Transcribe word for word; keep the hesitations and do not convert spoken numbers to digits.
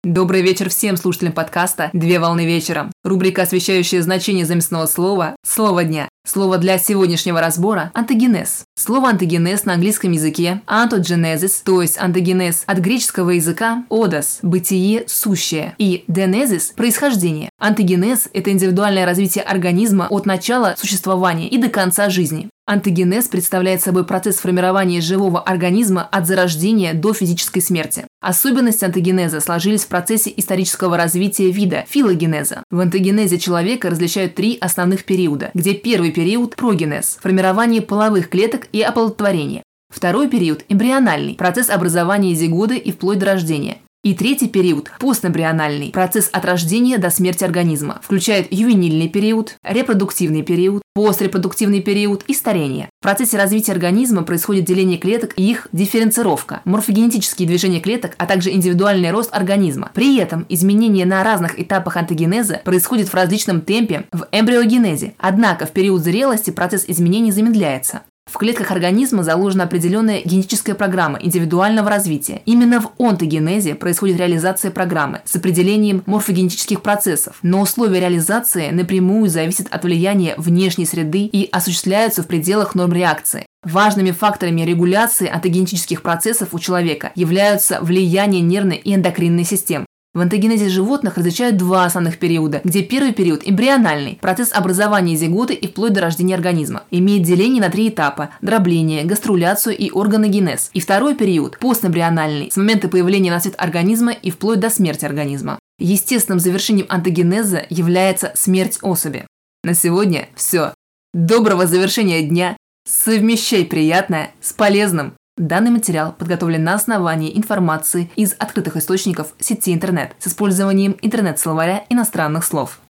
Добрый вечер всем слушателям подкаста «Две волны вечером». Рубрика, освещающая значение заместного слова «Слово дня». Слово для сегодняшнего разбора – антогенез. Слово антогенез на английском языке антогенезис, то есть антогенез от греческого языка одос – бытие, сущее, и денезис – происхождение. Антогенез – это индивидуальное развитие организма от начала существования и до конца жизни. Антогенез представляет собой процесс формирования живого организма от зарождения до физической смерти. Особенности антогенеза сложились в процессе исторического развития вида – филогенеза. В антогенезе человека различают три основных периода, где первый период – прогенез – формирование половых клеток и оплодотворение. Второй период – эмбриональный – процесс образования зиготы и вплоть до рождения. И третий период – постэмбриональный – процесс от рождения до смерти организма, включает ювенильный период, репродуктивный период, пострепродуктивный период и старение. В процессе развития организма происходит деление клеток и их дифференцировка, морфогенетические движения клеток, а также индивидуальный рост организма. При этом изменения на разных этапах антогенеза происходят в различном темпе в эмбриогенезе, однако в период зрелости процесс изменений замедляется. В клетках организма заложена определенная генетическая программа индивидуального развития. Именно в онтогенезе происходит реализация программы с определением морфогенетических процессов, но условия реализации напрямую зависят от влияния внешней среды и осуществляются в пределах норм реакции. Важными факторами регуляции онтогенетических процессов у человека являются влияние нервной и эндокринной систем. В антогенезе животных различают два основных периода, где первый период – эмбриональный, процесс образования зиготы и вплоть до рождения организма, имеет деление на три этапа – дробление, гаструляцию и органогенез. И второй период – постэмбриональный, с момента появления на свет организма и вплоть до смерти организма. Естественным завершением антогенеза является смерть особи. На сегодня все. Доброго завершения дня. Совмещай приятное с полезным. Данный материал подготовлен на основании информации из открытых источников сети интернет с использованием интернет-словаря иностранных слов.